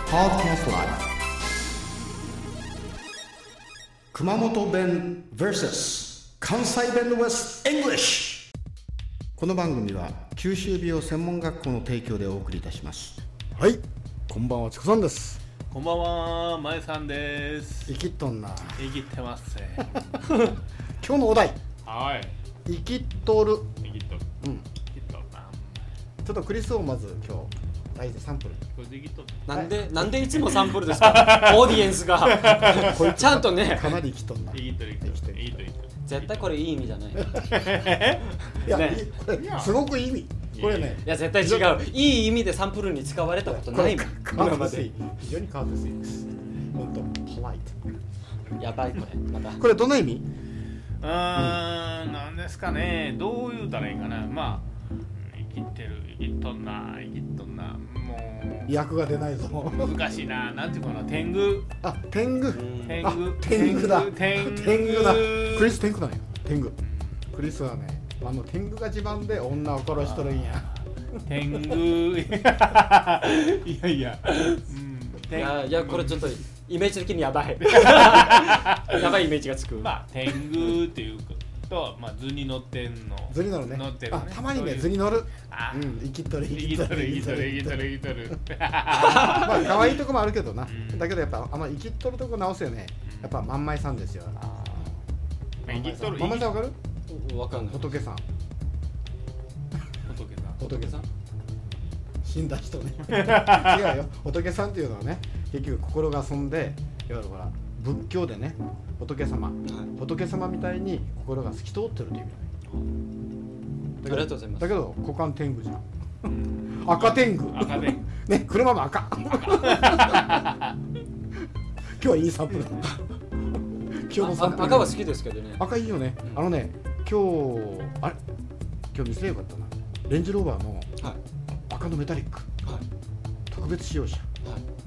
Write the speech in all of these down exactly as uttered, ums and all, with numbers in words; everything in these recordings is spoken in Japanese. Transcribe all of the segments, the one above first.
Podcast Live 熊本弁 ブイエス 関西弁 with English。 この番組は九州美容専門学校の提供でお送りいたします。 はい、こんばんは、ちこさんです。 こんばんは、まえさんです。 生きっとんな。 生きてますね。 今日のお題、 はい、 生きっとる。 生きっとる、 うん、 生きっとるな。 ちょっとクリスをまず今日大事サンプル。 これで生きっとる。 なんで、はい、なんでいつもサンプルですか。オーディエンスがちゃんとね、 かなり生きっとんな。 生きっとる、生きっとる、生きっとる。 絶対これいい意味じゃない。 いや、 ね、 これすごくいい意味。これね、 いや絶対違う。いい意味でサンプルに使われたことないもん。 今まで非常にカートスイーです。本当ポライト。 やばいこれ。また。 これどんな意味？ うーん、なんですかね。どう言うたらいいかな。まあ、生きってる、生きっとんな、生きっとんな。もう訳が出ないぞ。 難しいな。なんていうかな、天狗。 あ、天狗。 天狗。 天狗だ。 天狗。 天狗だ。クリス天狗だよ。天狗。クリスはね、あの天狗が自慢で女を殺しとるんや。 天狗。いやいや。 いやいや、これちょっとイメージ的にやばい。やばいイメージがつく。 まあ天狗っていうと、まあ図に乗ってんの。 図に乗るね。 乗ってるね。 あ、たまにね図に乗る。 あ、 うん、生きっとる生きっとる生きっとる生きっとる生きっとる。 まあ可愛いとこもあるけどな。 うん、 だけどやっぱあんま生きっとるとこ直すよね。やっぱ万枚さんですよ。 生きっとる。 万枚さんわかる？ わかんない。 仏さん。 仏さん。 仏さん。死んだ人ね。違うよ。仏さんっていうのはね、結局心が遊んで、いわゆるほら仏教でね、仏様、はい、仏様みたいに心が透き通ってるという意味だね。 ありがとうございます。 だけど股間天狗じゃん。赤天狗。 赤天狗。 ね、車も赤。今日はいいサンプルだ。今日のサンプル。 赤は好きですけどね。 赤いいよね。あのね、今日あれ、今日見せればよかったな。レンジローバーの赤のメタリック、はい、特別仕様車、はい、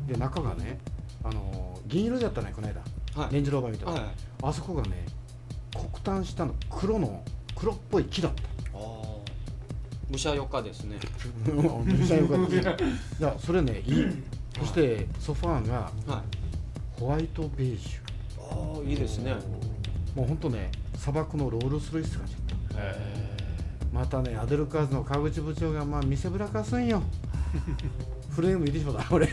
で中がね、あのー、銀色だったねこの間、はい、レンジローバーみたいな、はいはい、あそこがね黒炭したの黒の黒っぽい木だった。 ああ、武者よかですね。 武者よかですね。いやそれねいい。そしてソファーが、はい、ホワイトベージュ。ああ、いいですね。 もうほんとね砂漠のロールスロイス感じだった。へー。またね、アデルカーズの川口部長がまあ見せぶらかすんよ。フレームいいでしょだ俺。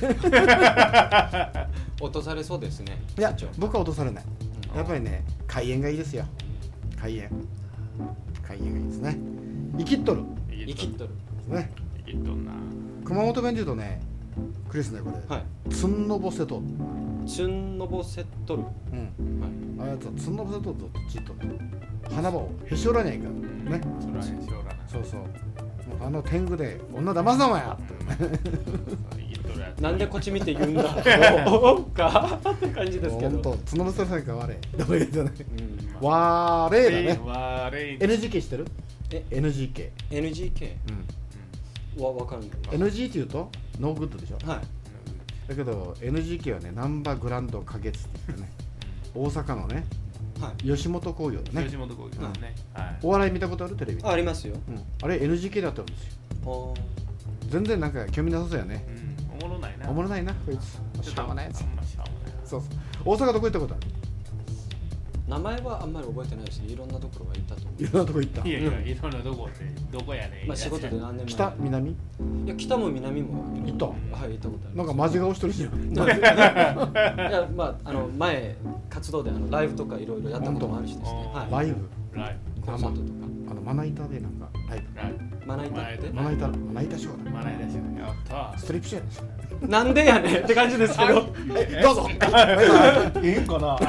落とされそうですね。 いや僕は落とされない、うん、やっぱりね開演がいいですよ。開演開演がいいですね。生きっとる生きっとるね。 生きっとるな。 熊本弁で言うとねクリスねこれ、はい、つんのぼせとつんのぼせとる、 うん、はい、あやつはつんのぼせとるとちっと花場をへし折らにゃいかんね。 それはへし折らない。 そうそう。あの天狗で女騙すなもやってね。 なんでこっち見て言うんだろうかって感じですけど。 本当角のせさんかわれ。どういうことね。わーれーだね。 わーれー。 エヌジーケー 知ってる？ えエヌジーケー。 エヌジーケー。うん。わわかんない。 エヌジー って言うとノーグッドでしょ。 はい。 だけど エヌジーケー はねナンバーグランド花月って言ってね。大阪のね。はい、吉本興業だね。 吉本興業だね、 うん、はい。お笑い見たことあるテレビ？ あ、ありますよ、 うん、あれ エヌジーケー だったんですよ。全然なんか興味なさそうやね、 うん、おもろないな。 おもろないなこいつ。しょうがないやつ。 あんましょうがない。 そうそう。大阪どこ行ったことある？ 名前はあんまり覚えてないし、いろんなところは行ったと思う。 いろんなとこ行った。 いやいや、いろんなとこってどこやねん。 まあ仕事で何年前。 北南？いや北も南も行った。 はい、行ったことあります。 なんかマジ顔してるじゃん。 いやまああの前活動であのライブとかいろいろやったこともあるしですね。 はい、ライブ？ ライブ。コンサートとか。 あのまな板でなんかライブ。 ライブ。 まな板って？ まな板まな板ショーだ。 まな板ショーやった。 ストリップショーです。 なんでやねんって感じですけど。 どうぞ。 いいんかな。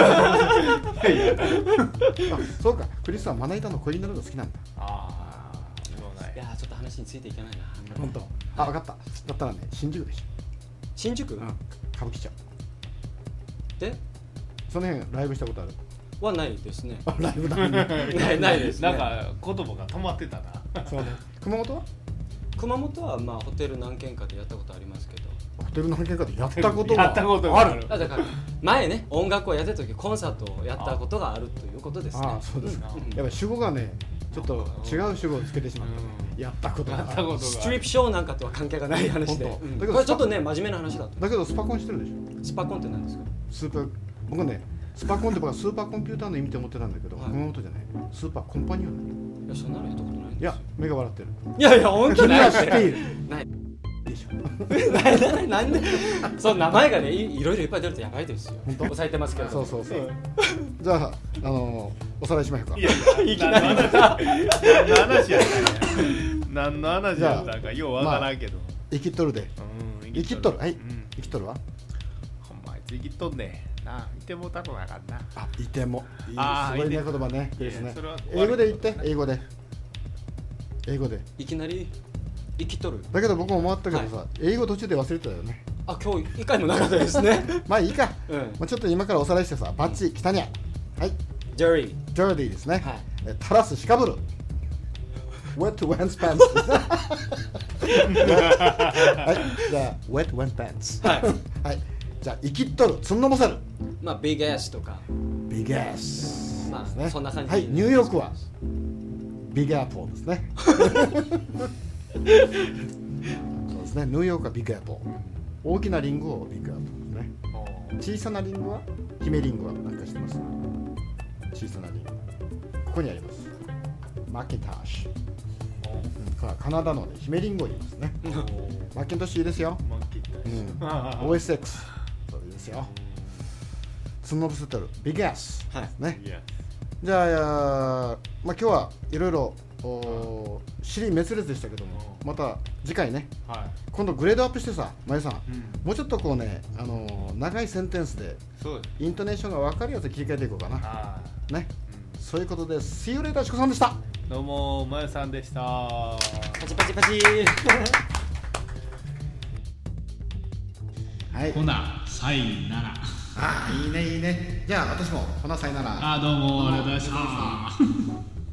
そうか。クリスはまな板の恋になるの好きなんだ。 ああ。 いやちょっと話についていけないな。 本当。あ、分かった。だったらね新宿でしょ。 新宿？ うん。歌舞伎町。 で？ その辺ライブしたことある？ はないですね。 ライブだ。 ないないですね。 なんか言葉が止まってたな。 そうね。熊本は？ 熊本はまあホテル何軒かでやったことありますけど。 ホテル何軒かでやったことがやったことがある。 あ、だから前ね音楽をやってた時コンサートをやったことがあるということですね。 ああ、そうですか。やっぱり主語がねちょっと違う主語をつけてしまった、うん、やったことがある。 ストリップショーなんかとは関係がない話で、うん、だけどこれちょっとね真面目な話だった。 だけどスパコンしてるでしょ。 スパコンって何ですか？ スーパー僕ねスパコンって僕はスーパーコンピューターの意味って思ってたんだけど、はい、このことじゃないスーパーコンパニオンなんだ。 いやそんなのやったことないんですよ。 いや目が笑ってる。 いやいや本当にない。 君は知っている。 ないでしょ。 なんでその名前がね い, いろいろいっぱい出るとやばいですよ。 本当抑えてますけど。 そうそうそう。じゃああのー、おさらいしましょうか。 いやいきなり何の話やったんや。何の話やったんかようわからんけど。まあ、 生きとるで。 うん、 生きとる。はい。うん、生きとるわ。 ほんまあいつ生きとんねん。なあいてもたろなあかんな。 あいても。いいあすごいね言葉ね。いいですね。 英語で言って英語で。英語で。 いきなり生きとる。 だけど僕も思ったけどさ、はい、英語途中で忘れてたよね。 あ今日一回もなかったですね。 まあいいか。 うん、 まあちょっと今からおさらいしてさバッチ来たにゃ。はい。 ジョリー。 ジョーディーですね。 はい。 え垂らすしかぶる。wet went pants はいじゃあ wet went pants はい、 はい、じゃあ生きっとるつんのぼせるまあ big ass とか big ass まあ、 ね、 そんな感じはいニューヨークは big apple ですねそうですねニューヨークは big apple 大きなリンゴを big apple ですね小さなリンゴは姫リンゴは何かしてます小さなリンゴここにありますマッキントッシュカナダの、ね、姫リンゴにいますねマッキントッシュいいですよマッキントッシュ、 うん、オーエスエックス そういいですよツンノブステルビッグアスねじゃあ、まあ、今日はいろいろ尻滅裂でしたけどもまた次回ね、はい、今度グレードアップしてさまゆさん、うん、もうちょっとこうね、あのー、長いセンテンスでイントネーションが分かるやつ切り替えていこうかなね、うん、そういうことで See you later チコさんでしたどうもまゆさんでしたパチパチパチはいほなさいならああいいねいいねじゃあ私もほなさいならあどうもありがとうございました